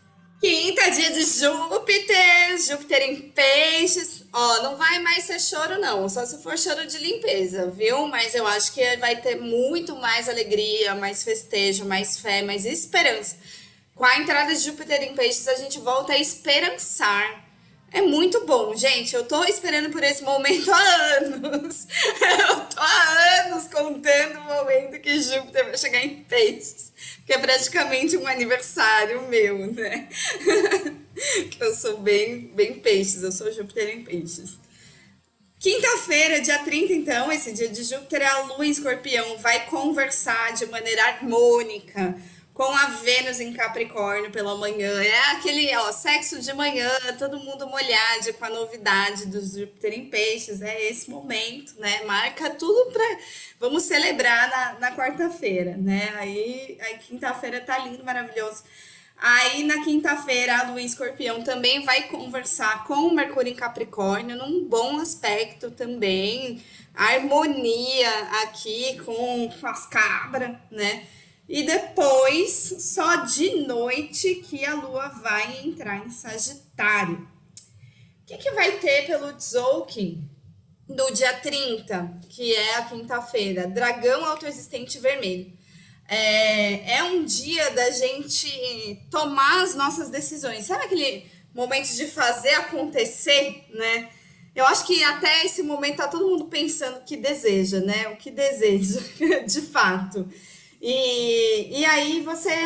[SPEAKER 1] Quinta, dia de Júpiter, Júpiter em peixes. Ó, não vai mais ser choro, não, só se for choro de limpeza, viu? Mas eu acho que vai ter muito mais alegria, mais festejo, mais fé, mais esperança. Com a entrada de Júpiter em peixes, a gente volta a esperançar. É muito bom, gente. Eu tô esperando por esse momento há anos. Eu tô há anos contando o momento que Júpiter vai chegar em peixes. Que é praticamente um aniversário meu, né? Que eu sou bem peixes, eu sou Júpiter em peixes. Quinta-feira, dia 30, então, esse dia de Júpiter, a Lua em Escorpião vai conversar de maneira harmônica com a Vênus em Capricórnio pela manhã. É aquele, ó, sexo de manhã, todo mundo molhado com a novidade do Júpiter em Peixes. É esse momento, né? Marca tudo para vamos celebrar na quarta-feira, né? Aí quinta-feira tá lindo, maravilhoso. Aí na quinta-feira a Lua em Escorpião também vai conversar com o Mercúrio em Capricórnio, num bom aspecto também. Harmonia aqui com as cabras, né? E depois, só de noite, que a Lua vai entrar em Sagitário. O que vai ter pelo Tzolk'in no dia 30, que é a quinta-feira? Dragão autoexistente vermelho. É um dia da gente tomar as nossas decisões. Sabe aquele momento de fazer acontecer, né? Eu acho que até esse momento tá todo mundo pensando o que deseja, né? O que deseja, de fato. E aí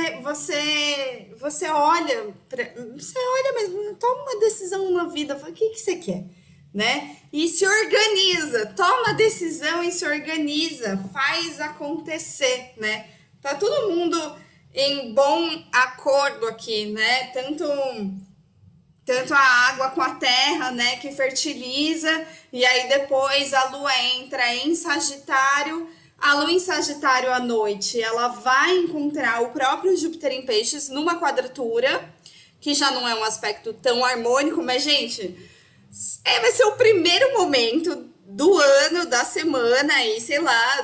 [SPEAKER 1] você olha, você olha mesmo, toma uma decisão na vida, fala, o que você quer, né? E se organiza, toma a decisão e se organiza, faz acontecer, né? Tá todo mundo em bom acordo aqui, né? Tanto a água com a terra, né, que fertiliza, e aí depois a Lua entra em Sagitário. A Lua em Sagitário à noite, ela vai encontrar o próprio Júpiter em Peixes numa quadratura, que já não é um aspecto tão harmônico, mas, gente, vai ser o primeiro momento do ano, da semana, e sei lá,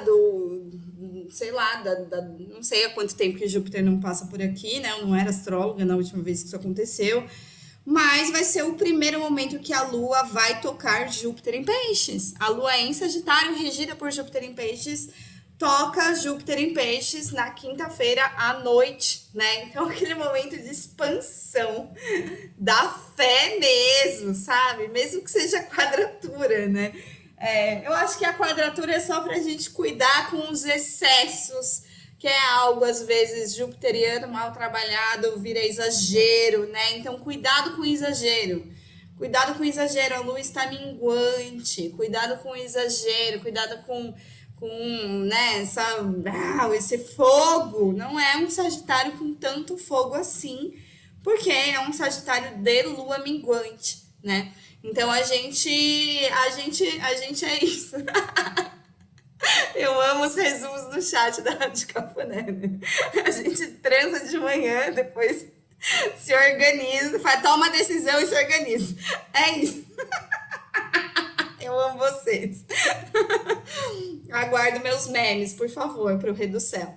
[SPEAKER 1] não sei há quanto tempo que Júpiter não passa por aqui, né? Eu não era astróloga na última vez que isso aconteceu, mas vai ser o primeiro momento que a Lua vai tocar Júpiter em Peixes. A Lua em Sagitário, regida por Júpiter em Peixes, toca Júpiter em Peixes na quinta-feira à noite, né? Então, aquele momento de expansão da fé mesmo, sabe? Mesmo que seja quadratura, né? Eu acho que a quadratura é só pra gente cuidar com os excessos, que é algo, às vezes, jupiteriano, mal trabalhado, vira exagero, né? Então, cuidado com o exagero. Cuidado com o exagero, a Lua está minguante. Cuidado com o exagero, cuidado com né, esse fogo. Não é um Sagitário com tanto fogo assim, porque é um Sagitário de Lua minguante, né? Então, a gente é isso. Eu amo os resumos no chat da Rádio Cafuné, né? A gente transa de manhã, depois se organiza, toma uma decisão e se organiza. É isso. Eu amo vocês. Aguardo meus memes, por favor, para o Rei do Céu.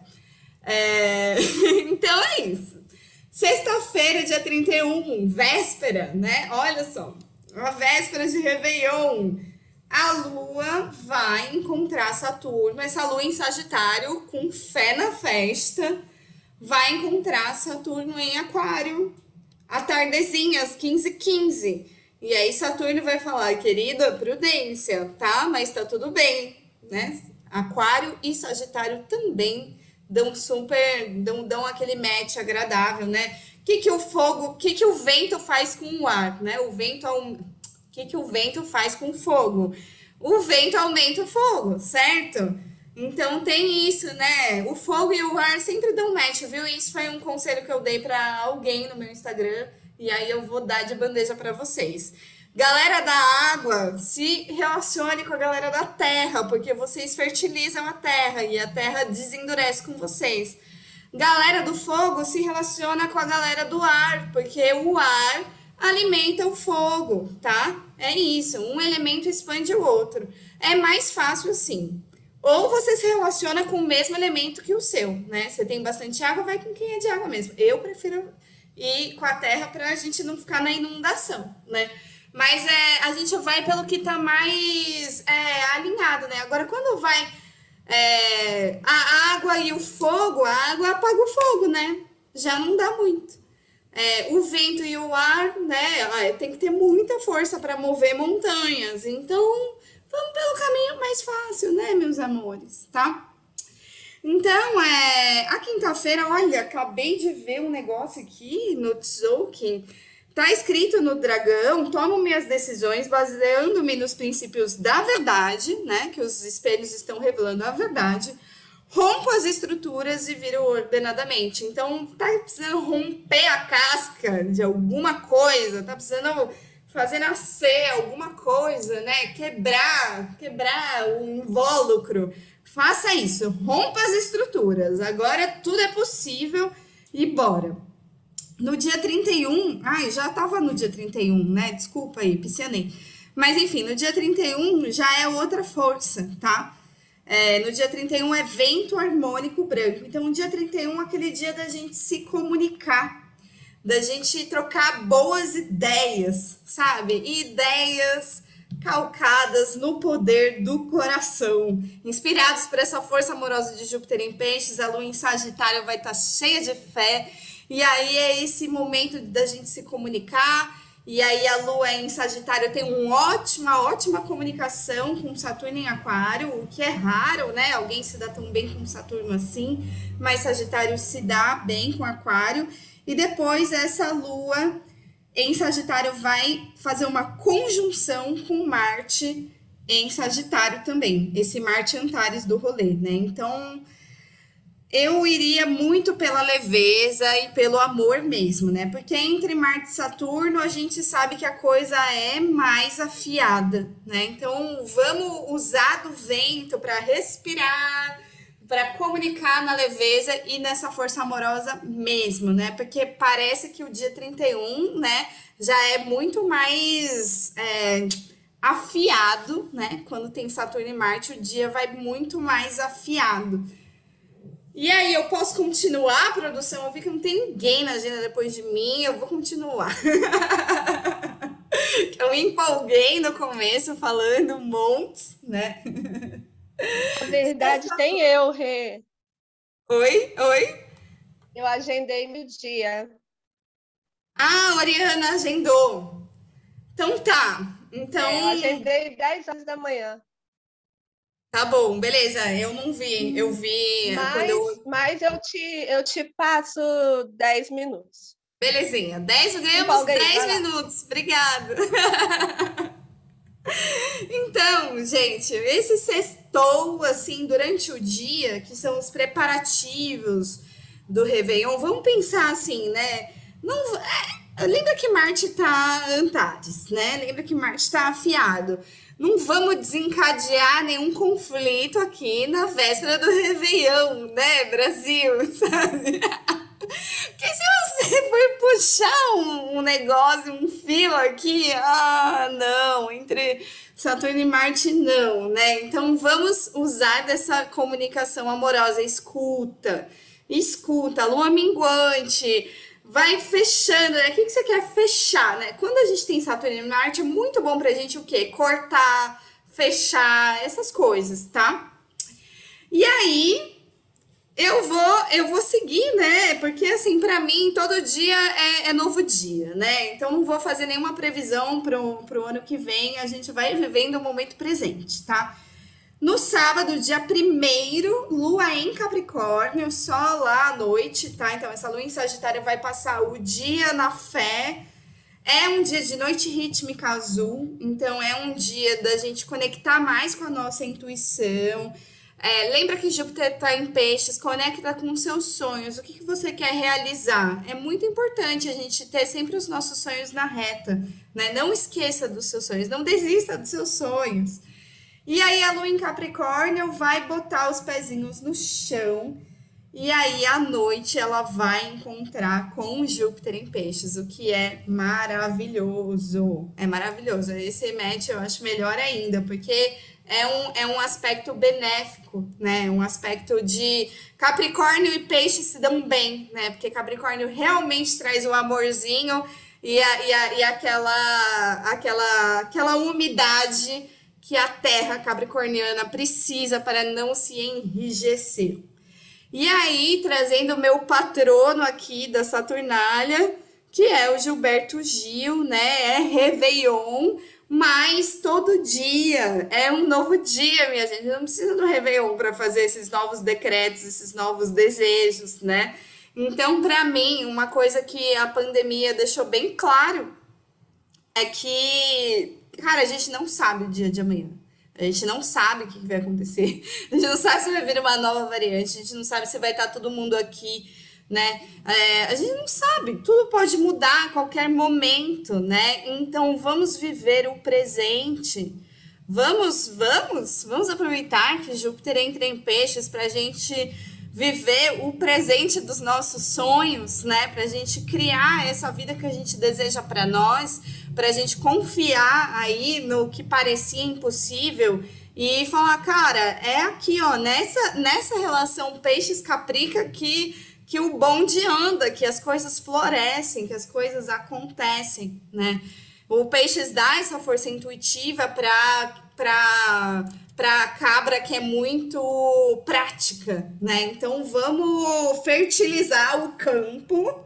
[SPEAKER 1] Então é isso. Sexta-feira, dia 31, véspera, né? Olha só, a véspera de Réveillon. A Lua vai encontrar Saturno, essa Lua em Sagitário, com fé na festa, vai encontrar Saturno em Aquário, à tardezinha, às 15h15. E aí Saturno vai falar, querida, prudência, tá? Mas tá tudo bem, né? Aquário e Sagitário também dão aquele match agradável, né? O que o vento faz com o ar, né? O que o vento faz com o fogo? O vento aumenta o fogo, certo? Então tem isso, né? O fogo e o ar sempre dão match, viu? Isso foi um conselho que eu dei para alguém no meu Instagram, e aí eu vou dar de bandeja para vocês. Galera da água, se relacione com a galera da terra, porque vocês fertilizam a terra e a terra desendurece com vocês. Galera do fogo, se relaciona com a galera do ar, porque o ar alimenta o fogo, tá? É isso, um elemento expande o outro. É mais fácil assim. Ou você se relaciona com o mesmo elemento que o seu, né? Você tem bastante água, vai com quem é de água mesmo. e com a terra para a gente não ficar na inundação, né? Mas a gente vai pelo que tá mais alinhado, né? Agora, quando vai a água e o fogo, a água apaga o fogo, né? Já não dá muito. O vento e o ar, né? Tem que ter muita força para mover montanhas. Então, vamos pelo caminho mais fácil, né, meus amores, tá? Então, a quinta-feira, olha, acabei de ver um negócio aqui no Tzolk'in. Tá escrito no dragão: tomo minhas decisões baseando-me nos princípios da verdade, né? Que os espelhos estão revelando a verdade. Rompo as estruturas e viro ordenadamente. Então, tá precisando romper a casca de alguma coisa, tá precisando fazer nascer alguma coisa, né? Quebrar o invólucro. Faça isso, rompa as estruturas. Agora tudo é possível e bora. No dia 31, já tava no dia 31, né? Desculpa aí, piscianei. Mas enfim, no dia 31 já é outra força, tá? No dia 31 é vento harmônico branco. Então, no dia 31 é aquele dia da gente se comunicar, da gente trocar boas ideias, sabe? Ideias calcadas no poder do coração. Inspirados por essa força amorosa de Júpiter em Peixes, a Lua em Sagitário vai estar cheia de fé. E aí é esse momento da gente se comunicar. E aí a Lua em Sagitário tem uma ótima comunicação com Saturno em Aquário, o que é raro, né? Alguém se dá tão bem com Saturno assim, mas Sagitário se dá bem com Aquário. E depois essa Lua em Sagitário vai fazer uma conjunção com Marte em Sagitário também. Esse Marte Antares do rolê, né? Então, eu iria muito pela leveza e pelo amor mesmo, né? Porque entre Marte e Saturno, a gente sabe que a coisa é mais afiada, né? Então, vamos usar do vento para respirar, para comunicar na leveza e nessa força amorosa mesmo, né? Porque parece que o dia 31, né, já é muito mais afiado, né? Quando tem Saturno e Marte, o dia vai muito mais afiado. E aí, eu posso continuar a produção? Eu vi que não tem ninguém na agenda depois de mim, eu vou continuar. Eu me empolguei no começo falando um monte, né?
[SPEAKER 3] Na verdade, tem eu, Rê.
[SPEAKER 1] Oi?
[SPEAKER 3] Eu agendei meu dia.
[SPEAKER 1] A Oriana agendou. Então tá. Então,
[SPEAKER 3] eu agendei 10 horas da manhã.
[SPEAKER 1] Tá bom, beleza. Eu não vi. Eu vi
[SPEAKER 3] Mas eu te passo 10 minutos.
[SPEAKER 1] Belezinha. Ganhamos 10 minutos. Obrigada. Então, gente, esse sextou, assim, durante o dia, que são os preparativos do Réveillon, vamos pensar assim, né? Lembra que Marte tá Antares, né? Lembra que Marte tá afiado. Não vamos desencadear nenhum conflito aqui na véspera do Réveillon, né, Brasil, sabe? Porque se você for puxar um negócio, um fio aqui, não, entre Saturno e Marte, não, né? Então, vamos usar dessa comunicação amorosa, escuta, lua minguante, vai fechando, né? O que você quer fechar, né? Quando a gente tem Saturno e Marte, é muito bom pra gente o quê? Cortar, fechar, essas coisas, tá? E aí, eu vou seguir, né? Porque, assim, pra mim, todo dia é novo dia, né? Então, não vou fazer nenhuma previsão pro ano que vem. A gente vai vivendo o momento presente, tá? No sábado, dia 1º, Lua em Capricórnio, só lá à noite, tá? Então, essa Lua em Sagitário vai passar o dia na fé. É um dia de noite rítmica azul, então é um dia da gente conectar mais com a nossa intuição. Lembra que Júpiter está em Peixes, conecta com os seus sonhos, o que você quer realizar. É muito importante a gente ter sempre os nossos sonhos na reta, né? Não esqueça dos seus sonhos, não desista dos seus sonhos. E aí a Lua em Capricórnio vai botar os pezinhos no chão E aí, à noite, ela vai encontrar com Júpiter em Peixes, o que é maravilhoso. É maravilhoso. Esse match eu acho melhor ainda, porque é um aspecto benéfico, né? Um aspecto de Capricórnio e Peixes se dão bem, né? Porque Capricórnio realmente traz o amorzinho e aquela umidade que a terra capricorniana precisa para não se enrijecer. E aí, trazendo o meu patrono aqui da Saturnália, que é o Gilberto Gil, né? É Réveillon, mas todo dia é um novo dia, minha gente. Não precisa do Réveillon para fazer esses novos decretos, esses novos desejos, né? Então, para mim, uma coisa que a pandemia deixou bem claro é que, cara, a gente não sabe o dia de amanhã. A gente não sabe o que vai acontecer. A gente não sabe se vai vir uma nova variante. A gente não sabe se vai estar todo mundo aqui, né? A gente não sabe. Tudo pode mudar a qualquer momento, né? Então, vamos viver o presente. Vamos aproveitar que Júpiter entra em Peixes para a gente viver o presente dos nossos sonhos, né? Para a gente criar essa vida que a gente deseja para nós, para a gente confiar aí no que parecia impossível e falar, cara, é aqui, ó, nessa relação Peixes-Caprica que o bonde anda, que as coisas florescem, que as coisas acontecem, né? O Peixes dá essa força intuitiva para cabra que é muito prática, né? Então vamos fertilizar o campo.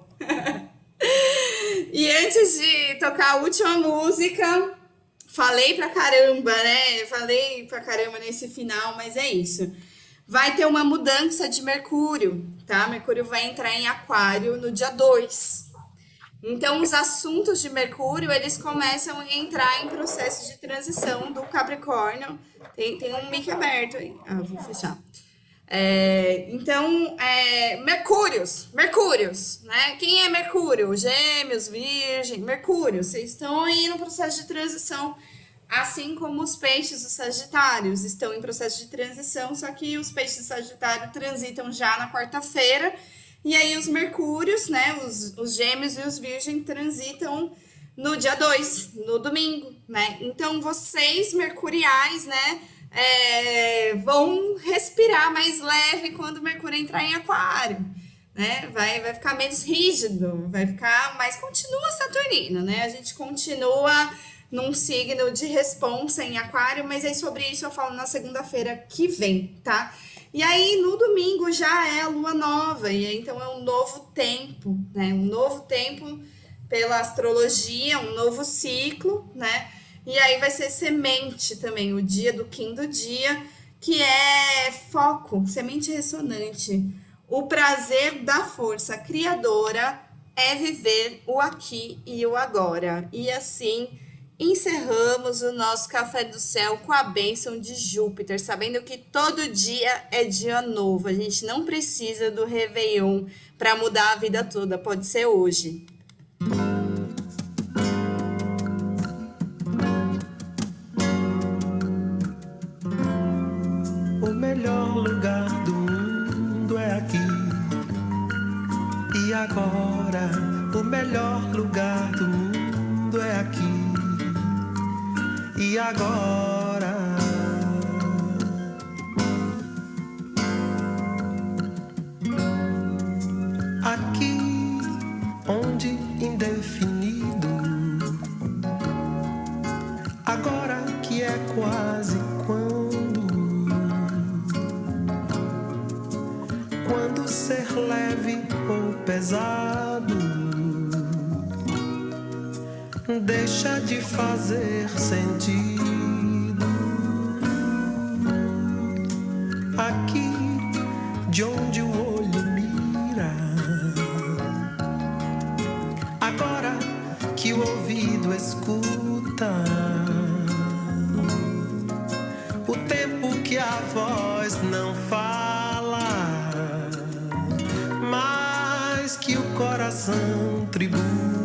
[SPEAKER 1] E antes de tocar a última música, falei pra caramba, né? Falei pra caramba nesse final, mas é isso. Vai ter uma mudança de Mercúrio, tá? Mercúrio vai entrar em Aquário no dia 2. Então, os assuntos de Mercúrio, eles começam a entrar em processo de transição do Capricórnio. Tem um mic aberto aí. Ah, vou fechar. Então, Mercúrios, né? Quem é Mercúrio? Gêmeos, Virgem, Mercúrio. Vocês estão aí no processo de transição, assim como os peixes, os sagitários, estão em processo de transição, só que os peixes e Sagitário transitam já na quarta-feira, e aí os Mercúrios, né? Os Gêmeos e os Virgem transitam no dia 2, no domingo, né? Então, vocês, mercuriais, né? Vão respirar mais leve quando Mercúrio entrar em Aquário, né? Vai ficar menos rígido, vai ficar, mas continua saturnino, né? A gente continua num signo de responsa em Aquário, mas aí sobre isso eu falo na segunda-feira que vem, tá? E aí no domingo já é a lua nova, e aí, então é um novo tempo, né? Um novo tempo pela astrologia, um novo ciclo, né? E aí vai ser semente também, o dia do quinto dia, que é foco, semente ressonante. O prazer da força criadora é viver o aqui e o agora. E assim encerramos o nosso Café do Céu com a bênção de Júpiter, sabendo que todo dia é dia novo. A gente não precisa do Réveillon para mudar a vida toda, pode ser hoje.
[SPEAKER 2] O melhor lugar do mundo é aqui e agora. O melhor lugar do mundo é aqui e agora. Aqui onde indefinido, agora que é quase quando ser leve ou pesado deixa de fazer sentido. Aqui de onde o olho mira, agora que o ouvido escuta, o tempo que a voz não fala, mas que o coração tributa.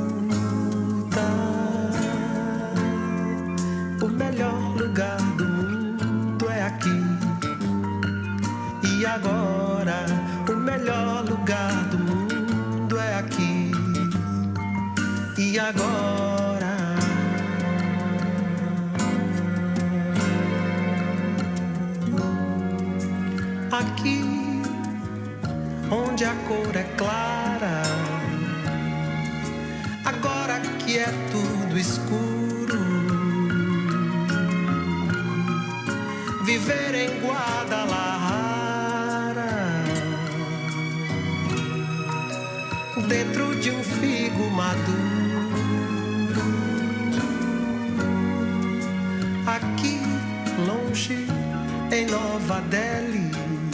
[SPEAKER 2] O melhor lugar do mundo é aqui e agora. O melhor onde a cor é clara. Agora que é tudo escuro, viver em Guadalajara, dentro de um figo maduro. Aqui longe em Nova Delhi,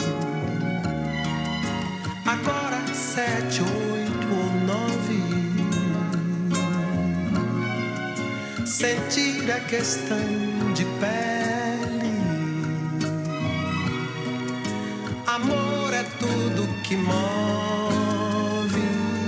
[SPEAKER 2] agora 7, 8 ou 9. Sentir é questão de pele. Amor é tudo que move.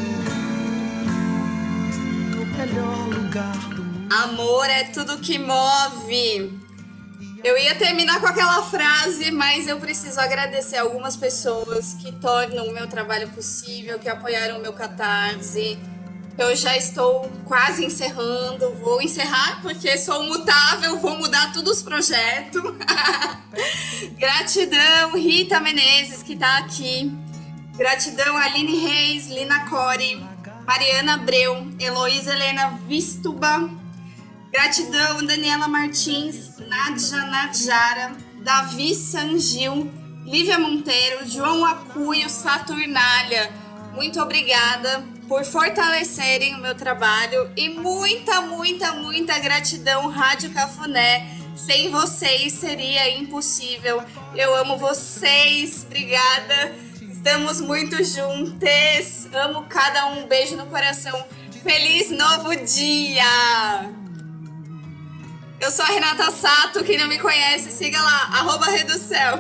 [SPEAKER 2] O melhor lugar do mundo.
[SPEAKER 1] Amor é tudo que move. Eu ia terminar com aquela frase, mas eu preciso agradecer algumas pessoas que tornam o meu trabalho possível, que apoiaram o meu Catarse. Eu já estou quase encerrando, vou encerrar porque sou mutável, vou mudar todos os projetos. Gratidão, Rita Menezes, que está aqui. Gratidão, Aline Reis, Lina Core, Mariana Abreu, Heloísa Helena Vistuba. Gratidão, Daniela Martins, Nádia Nadjara, Davi Sangil, Lívia Monteiro, João Acuio, Saturnalha. Muito obrigada por fortalecerem o meu trabalho e muita, muita, muita gratidão, Rádio Cafuné. Sem vocês seria impossível. Eu amo vocês, obrigada. Estamos muito juntos. Amo cada um, beijo no coração. Feliz novo dia! Eu sou a Renata Sato, quem não me conhece, siga lá, @Reducel.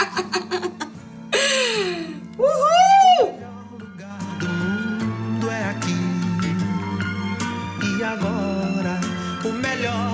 [SPEAKER 1] Uhul!
[SPEAKER 2] O lugar do mundo é aqui. E agora, o melhor